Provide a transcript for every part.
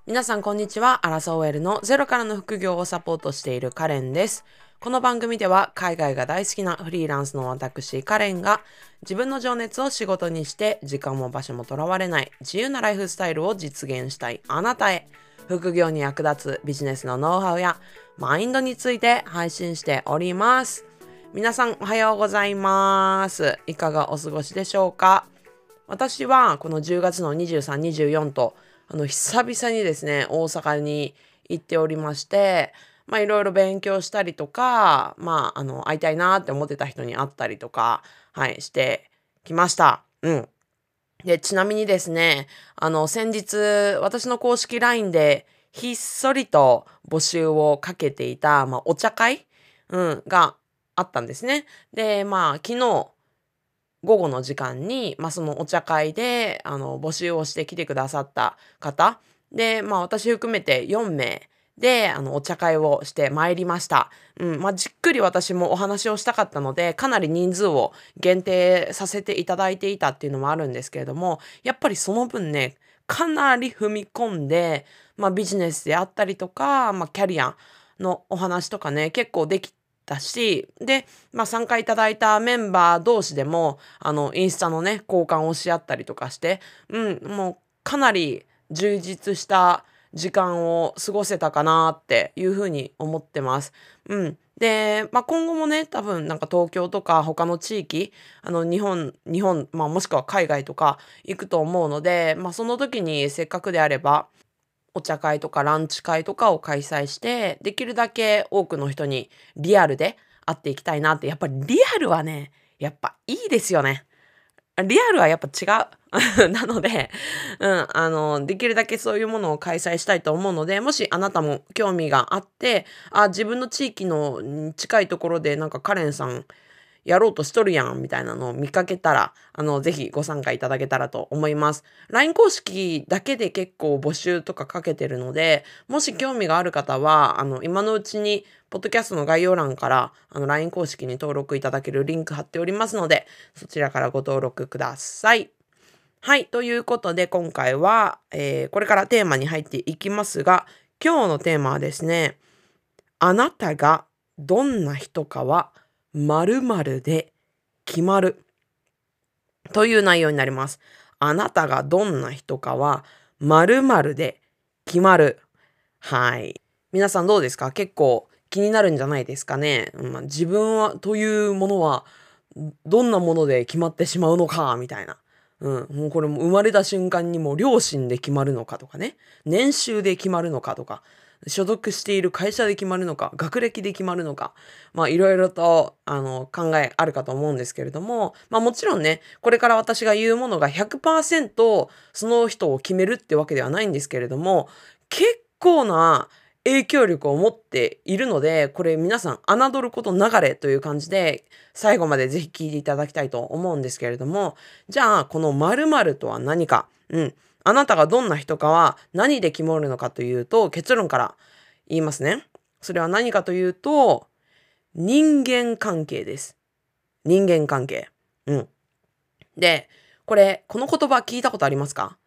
皆さんこんにちは。アラサー OL のゼロからの副業をサポートしているカレンです。この番組では海外が大好きなフリーランスの私カレンが自分の情熱を仕事にして時間も場所もとらわれない自由なライフスタイルを実現したいあなたへ、副業に役立つビジネスのノウハウやマインドについて配信しております。皆さんおはようございます。いかがお過ごしでしょうか。私はこの10月の23、24と久々にですね、大阪に行っておりまして、いろいろ勉強したりとか、会いたいなって思ってた人に会ったりとか、してきました。で、ちなみにですね、先日、私の公式 LINE で、ひっそりと募集をかけていた、お茶会、があったんですね。で、昨日、午後の時間に、そのお茶会で、募集をして来てくださった方で、私含めて4名で、お茶会をしてまいりました。じっくり私もお話をしたかったので、かなり人数を限定させていただいていたっていうのもあるんですけれども、やっぱりその分ね、かなり踏み込んで、ビジネスであったりとか、キャリアのお話とかね、結構できたし、で、参加いただいたメンバー同士でも、インスタのね、交換をし合ったりとかして、もうかなり充実した時間を過ごせたかなっていうふうに思ってます。で、今後もね、多分なんか東京とか他の地域、日本、もしくは海外とか行くと思うので、その時にせっかくであれば、お茶会とかランチ会とかを開催して、できるだけ多くの人にリアルで会っていきたいなって、やっぱりリアルはね、やっぱいいですよね。リアルはやっぱ違う。なので、できるだけそういうものを開催したいと思うので、もしあなたも興味があって、自分の地域の近いところでなんかカレンさんやろうとしとるやん、みたいなのを見かけたら、ぜひご参加いただけたらと思います。LINE 公式だけで結構募集とかかけてるので、もし興味がある方は、今のうちに、ポッドキャストの概要欄から、LINE 公式に登録いただけるリンク貼っておりますので、そちらからご登録ください。はい。ということで、今回は、これからテーマに入っていきますが、今日のテーマはですね、あなたがどんな人かは、〇〇で決まるという内容になります。あなたがどんな人かは〇〇で決まる。はい。皆さんどうですか？結構気になるんじゃないですかね。自分はというものはどんなもので決まってしまうのかみたいな。もうこれも生まれた瞬間にもう両親で決まるのかとかね、年収で決まるのかとか、所属している会社で決まるのか、学歴で決まるのか、いろいろと、考えあるかと思うんですけれども、もちろんね、これから私が言うものが100%その人を決めるってわけではないんですけれども、結構な影響力を持っているので、これ皆さん侮ることなかれという感じで、最後までぜひ聞いていただきたいと思うんですけれども、じゃあ、この〇〇とは何か、あなたがどんな人かは何で決まるのかというと、結論から言いますね。それは何かというと、人間関係です。人間関係。で、この言葉聞いたことありますか？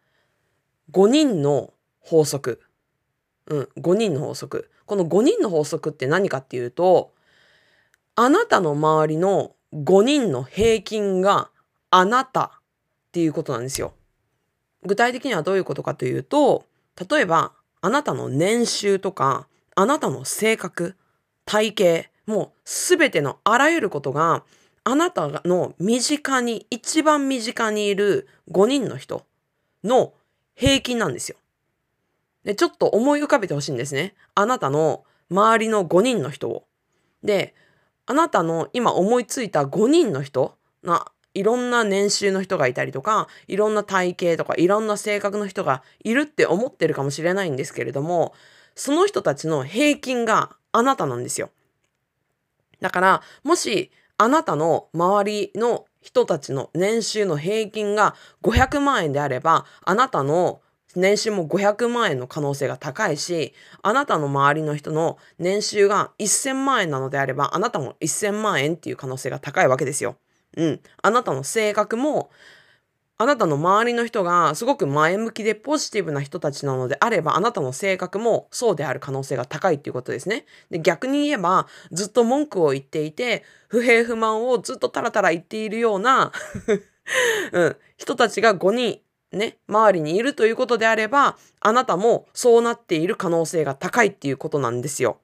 5 人の法則。5人の法則。この5人の法則って何かっていうと、あなたの周りの5人の平均があなたっていうことなんですよ。具体的にはどういうことかというと、例えば、あなたの年収とか、あなたの性格、体型、もうすべてのあらゆることが、あなたの一番身近にいる5人の人の平均なんですよ。で、ちょっと思い浮かべてほしいんですね。あなたの周りの5人の人を。で、あなたの今思いついた5人の人いろんな年収の人がいたりとか、いろんな体型とか、いろんな性格の人がいるって思ってるかもしれないんですけれども、その人たちの平均があなたなんですよ。だから、もしあなたの周りの人たちの年収の平均が500万円であれば、あなたの年収も500万円の可能性が高いし、あなたの周りの人の年収が1000万円なのであれば、あなたも1000万円っていう可能性が高いわけですよ。あなたの性格も、 あなたの周りの人がすごく前向きでポジティブな人たちなのであれば、あなたの性格もそうである可能性が高いっていうことですね。で、逆に言えば、ずっと文句を言っていて、不平不満をずっとタラタラ言っているような人たちが5人ね、周りにいるということであれば、あなたもそうなっている可能性が高いっていうことなんですよ。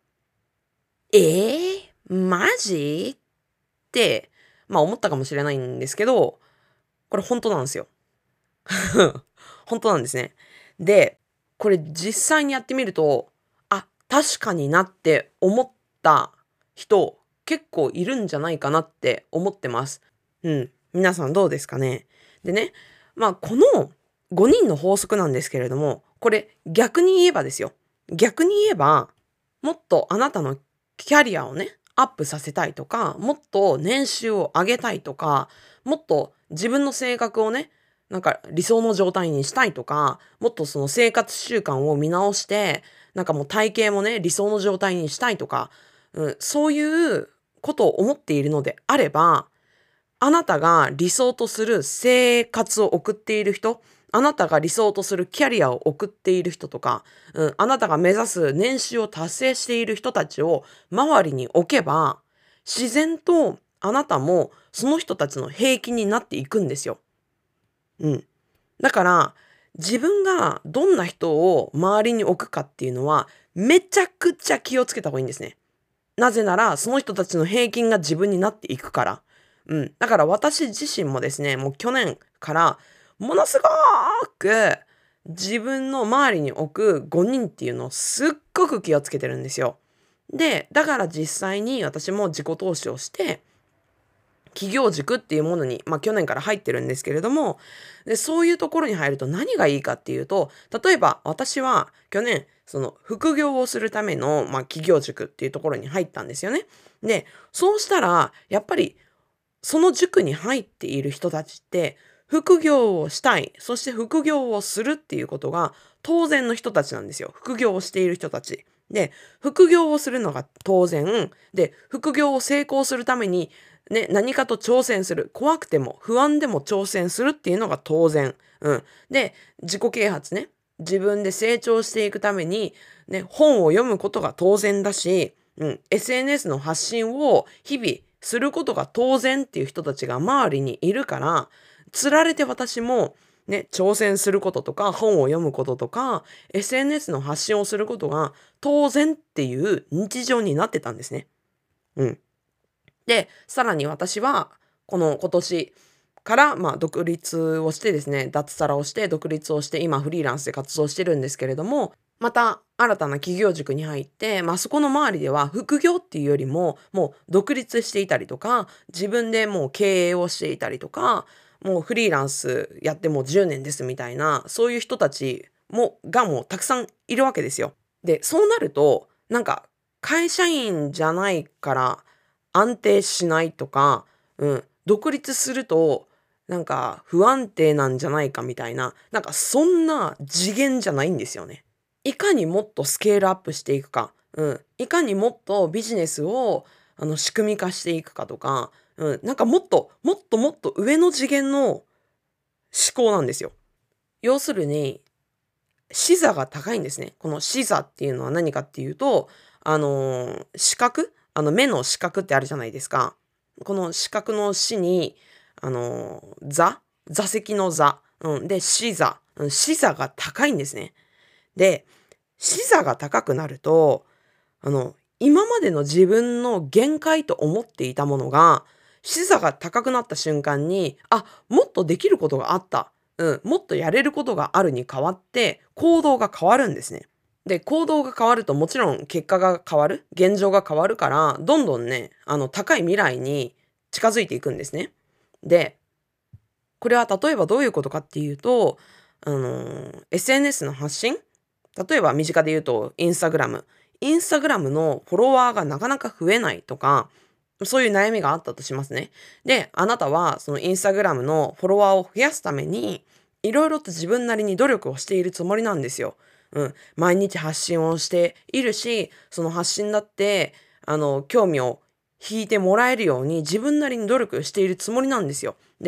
マジって、思ったかもしれないんですけど、これ本当なんですよ。本当なんですね。で、これ実際にやってみると、確かになって思った人、結構いるんじゃないかなって思ってます。皆さんどうですかね。でね、この5人の法則なんですけれども、これ逆に言えばですよ。逆に言えば、もっとあなたのキャリアをね、アップさせたいとか、もっと年収を上げたいとか、もっと自分の性格をね、理想の状態にしたいとか、もっとその生活習慣を見直して、もう体型もね、理想の状態にしたいとか、そういうことを思っているのであれば、あなたが理想とする生活を送っている人、あなたが理想とするキャリアを送っている人とか、あなたが目指す年収を達成している人たちを周りに置けば、自然とあなたもその人たちの平均になっていくんですよ。だから、自分がどんな人を周りに置くかっていうのは、めちゃくちゃ気をつけた方がいいんですね。なぜなら、その人たちの平均が自分になっていくから。だから私自身もですね、もう去年からものすごく自分の周りに置く5人っていうのをすっごく気をつけてるんですよ。で、だから実際に私も自己投資をして、企業塾っていうものに、去年から入ってるんですけれども、で、そういうところに入ると何がいいかっていうと、例えば私は去年、その副業をするための、企業塾っていうところに入ったんですよね。で、そうしたら、やっぱりその塾に入っている人たちって、副業をしたい、そして副業をするっていうことが当然の人たちなんですよ。副業をしている人たち。で、副業をするのが当然。で、副業を成功するために、ね、何かと挑戦する。怖くても不安でも挑戦するっていうのが当然。で、自己啓発ね。自分で成長していくために、ね、本を読むことが当然だし、SNS の発信を日々することが当然っていう人たちが周りにいるから、つられて私もね、挑戦することとか、本を読むこととか、SNS の発信をすることが当然っていう日常になってたんですね。で、さらに私は、この今年から、独立をしてですね、脱サラをして独立をして、今フリーランスで活動してるんですけれども、また新たな企業塾に入って、そこの周りでは副業っていうよりも、もう独立していたりとか、自分でもう経営をしていたりとか、もうフリーランスやってもう10年ですみたいな、そういう人たちがもうたくさんいるわけですよ。で、そうなると、会社員じゃないから安定しないとか、独立すると不安定なんじゃないかみたいな、そんな次元じゃないんですよね。いかにもっとスケールアップしていくか、いかにもっとビジネスを仕組み化していくかとか、もっともっともっと上の次元の思考なんですよ。要するに、視座が高いんですね。この視座っていうのは何かっていうと、視覚目の視覚ってあるじゃないですか。この視覚の視に、座席の座、で、視座、視座が高いんですね。で、視座が高くなると、今までの自分の限界と思っていたものが、視座が高くなった瞬間に、もっとできることがあった。もっとやれることがあるに変わって、行動が変わるんですね。で、行動が変わるともちろん結果が変わる、現状が変わるから、どんどんね、高い未来に近づいていくんですね。で、これは例えばどういうことかっていうと、SNS の発信、例えば身近で言うとインスタグラム。インスタグラムのフォロワーがなかなか増えないとか、そういう悩みがあったとしますね。で、あなたはそのインスタグラムのフォロワーを増やすために、いろいろと自分なりに努力をしているつもりなんですよ。毎日発信をしているし、その発信だって、興味を引いてもらえるように自分なりに努力しているつもりなんですよ。で、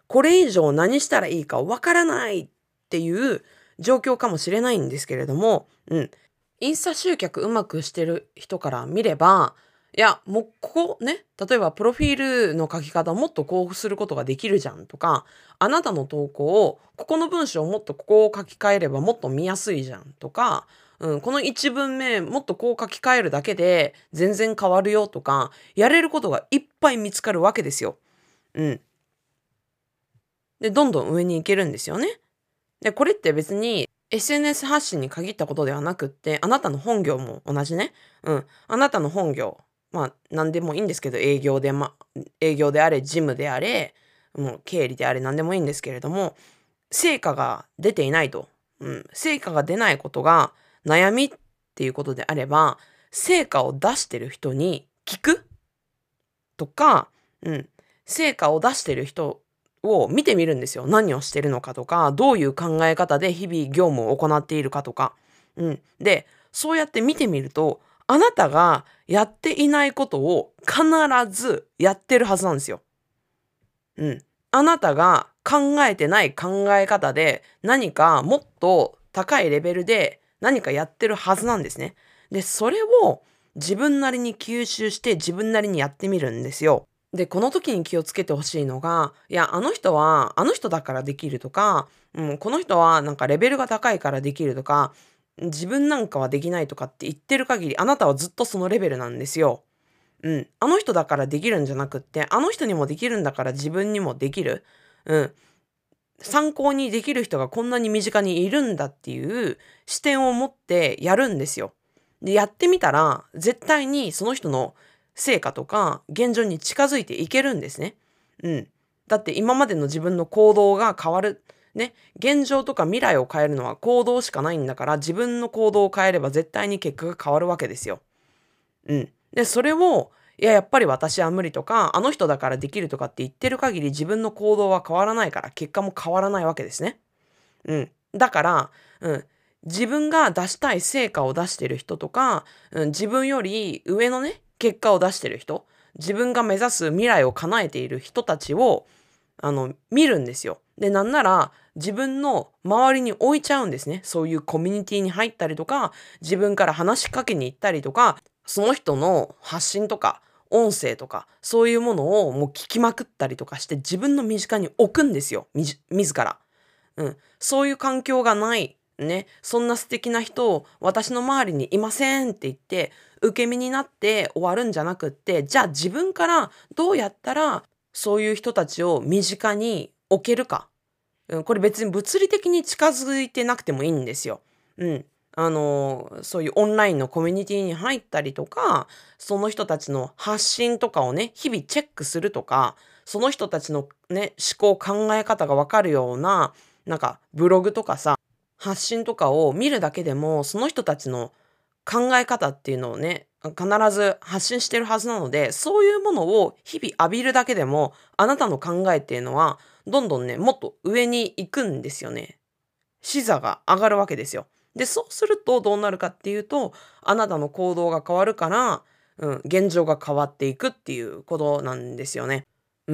これ以上何したらいいかわからないっていう状況かもしれないんですけれども、インスタ集客うまくしてる人から見れば、いや、もうここね、例えばプロフィールの書き方もっとこうすることができるじゃんとか、あなたの投稿を、ここの文章をもっとここを書き換えればもっと見やすいじゃんとか、この一文目もっとこう書き換えるだけで全然変わるよとか、やれることがいっぱい見つかるわけですよ。うん。で、どんどん上に行けるんですよね。で、これって別に SNS 発信に限ったことではなくって、あなたの本業も同じね。あなたの本業、何でもいいんですけど、営業であれ、事務であれ、もう経理であれ、何でもいいんですけれども、成果が出ていないと。成果が出ないことが悩みっていうことであれば、成果を出してる人に聞くとか、成果を出してる人を見てみるんですよ。何をしてるのかとか、どういう考え方で日々業務を行っているかとか。で、そうやって見てみると、あなたがやっていないことを必ずやってるはずなんですよ。あなたが考えてない考え方で何かもっと高いレベルで何かやってるはずなんですね。で、それを自分なりに吸収して自分なりにやってみるんですよ。で、この時に気をつけてほしいのが、いや、あの人はあの人だからできるとか、この人はなんかレベルが高いからできるとか、自分なんかはできないとかって言ってる限り、あなたはずっとそのレベルなんですよ。あの人だからできるんじゃなくって、あの人にもできるんだから自分にもできる。うん。参考にできる人がこんなに身近にいるんだっていう視点を持ってやるんですよ。で、やってみたら、絶対にその人の成果とか現状に近づいていけるんですね。だって今までの自分の行動が変わる。ね。現状とか未来を変えるのは行動しかないんだから、自分の行動を変えれば絶対に結果が変わるわけですよ。で、それを、いや、やっぱり私は無理とか、あの人だからできるとかって言ってる限り自分の行動は変わらないから、結果も変わらないわけですね。だから、自分が出したい成果を出してる人とか、自分より上のね、結果を出してる人、自分が目指す未来を叶えている人たちを、見るんですよ。で、なんなら、自分の周りに置いちゃうんですね。そういうコミュニティに入ったりとか、自分から話しかけに行ったりとか、その人の発信とか、音声とか、そういうものをもう聞きまくったりとかして、自分の身近に置くんですよ。自ら。そういう環境がない。ね。そんな素敵な人を私の周りにいませんって言って、受け身になって終わるんじゃなくって、じゃあ自分からどうやったらそういう人たちを身近に置けるか。これ別に物理的に近づいてなくてもいいんですよ。うん。そういうオンラインのコミュニティに入ったりとか、その人たちの発信とかをね、日々チェックするとか、その人たちのね、思考、考え方がわかるような、なんかブログとかさ、発信とかを見るだけでも、その人たちの考え方っていうのをね、必ず発信してるはずなので、そういうものを日々浴びるだけでも、あなたの考えっていうのは、どんどんね、もっと上に行くんですよね。視座が上がるわけですよ。で、そうするとどうなるかっていうと、あなたの行動が変わるから、現状が変わっていくっていうことなんですよね。うん。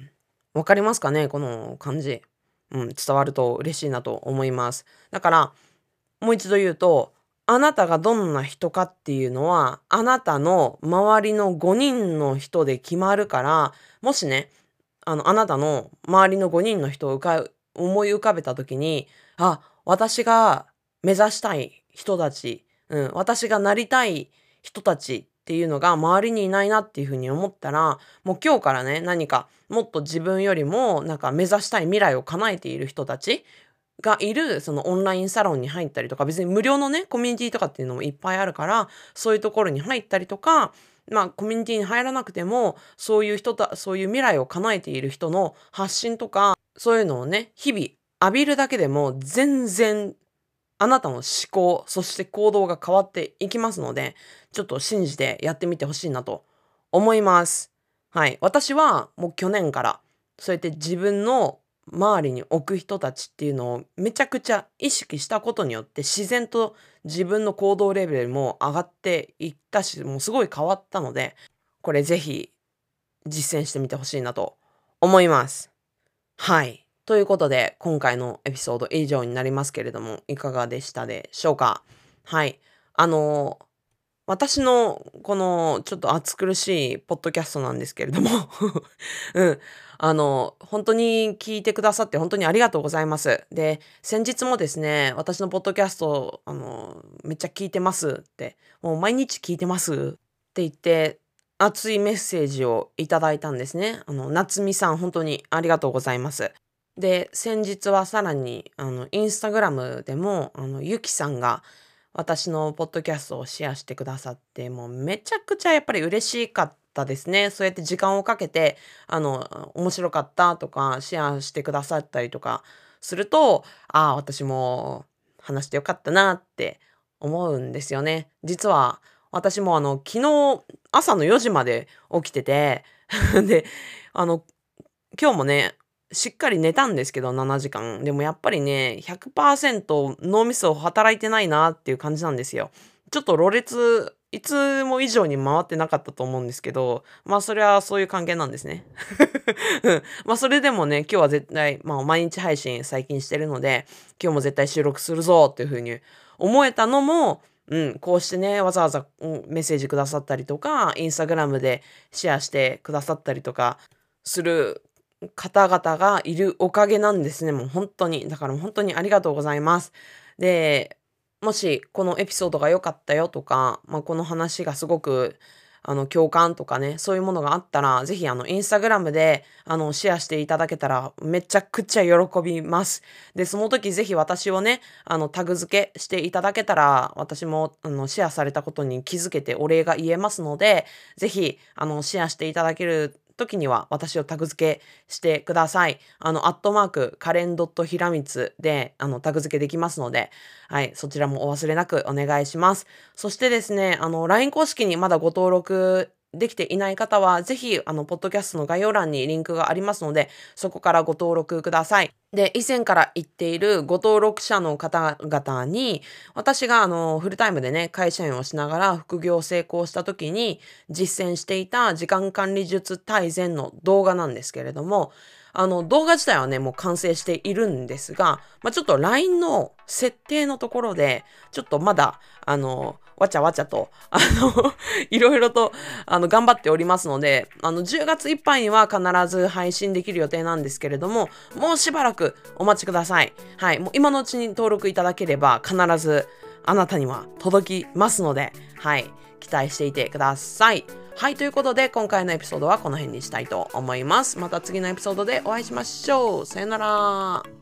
わかりますかねこの感じ。伝わると嬉しいなと思います。だから、もう一度言うと、あなたがどんな人かっていうのは、あなたの周りの5人の人で決まるから、もしね、あなたの周りの5人の人を思い浮かべた時に、あ、私が目指したい人たち、私がなりたい人たちっていうのが周りにいないなっていうふうに思ったら、もう今日からね、何かもっと自分よりもなんか目指したい未来を叶えている人たちがいる、そのオンラインサロンに入ったりとか、別に無料のね、コミュニティとかっていうのもいっぱいあるから、そういうところに入ったりとか、コミュニティに入らなくても、そういう未来を叶えている人の発信とか、そういうのをね、日々浴びるだけでも、全然あなたの思考、そして行動が変わっていきますので、ちょっと信じてやってみてほしいなと思います。はい。私はもう去年から、そうやって自分の周りに置く人たちっていうのをめちゃくちゃ意識したことによって自然と自分の行動レベルも上がっていったし、もうすごい変わったので、これぜひ実践してみてほしいなと思います。 はい。ということで、今回のエピソード以上になりますけれども、いかがでしたでしょうか？はい。あの、私のこのちょっと暑苦しいポッドキャストなんですけれどもうん。本当に聞いてくださって本当にありがとうございます。で、先日もですね、私のポッドキャスト、めっちゃ聞いてますって、もう毎日聞いてますって言って、熱いメッセージをいただいたんですね。夏美さん本当にありがとうございます。で、先日はさらに、インスタグラムでも、ゆきさんが私のポッドキャストをシェアしてくださって、もうめちゃくちゃやっぱり嬉しかったですね。そうやって時間をかけて、面白かったとか、シェアしてくださったりとかすると、ああ、私も話してよかったなって思うんですよね。実は私も昨日朝の4時まで起きてて、で、あの、今日もね、しっかり寝たんですけど、7時間。でもやっぱりね、100%脳みそ働いてないなっていう感じなんですよ。ちょっとろれつ、いつも以上に回ってなかったと思うんですけど、まあそれはそういう関係なんですね。うん。まあそれでもね、今日は絶対、まあ毎日配信最近してるので、今日も絶対収録するぞっていう風に思えたのも、こうしてね、わざわざ、メッセージくださったりとか、インスタグラムでシェアしてくださったりとかする方々がいるおかげなんですね、もう本当に。だから本当にありがとうございます。で、もしこのエピソードが良かったよとか、この話がすごく、共感とかね、そういうものがあったら、ぜひインスタグラムで、シェアしていただけたら、めちゃくちゃ喜びます。で、その時ぜひ私をね、タグ付けしていただけたら、私も、シェアされたことに気づけてお礼が言えますので、ぜひ、シェアしていただける時には私をタグ付けしてください。アットマーク、カレンひらみつで、タグ付けできますので、はい、そちらもお忘れなくお願いします。そしてですね、LINE 公式にまだご登録できていない方は、ぜひ、ポッドキャストの概要欄にリンクがありますので、そこからご登録ください。で、以前から言っているご登録者の方々に、私がフルタイムでね、会社員をしながら副業を成功した時に実践していた時間管理術大全の動画なんですけれども、動画自体はね、もう完成しているんですが、ちょっと LINE の設定のところで、ちょっとまだ、わちゃわちゃと、いろいろと、頑張っておりますので、10月いっぱいには必ず配信できる予定なんですけれども、もうしばらくお待ちください。はい、もう今のうちに登録いただければ、必ずあなたには届きますので、はい、期待していてください。はい、ということで、今回のエピソードはこの辺にしたいと思います。また次のエピソードでお会いしましょう。さよなら。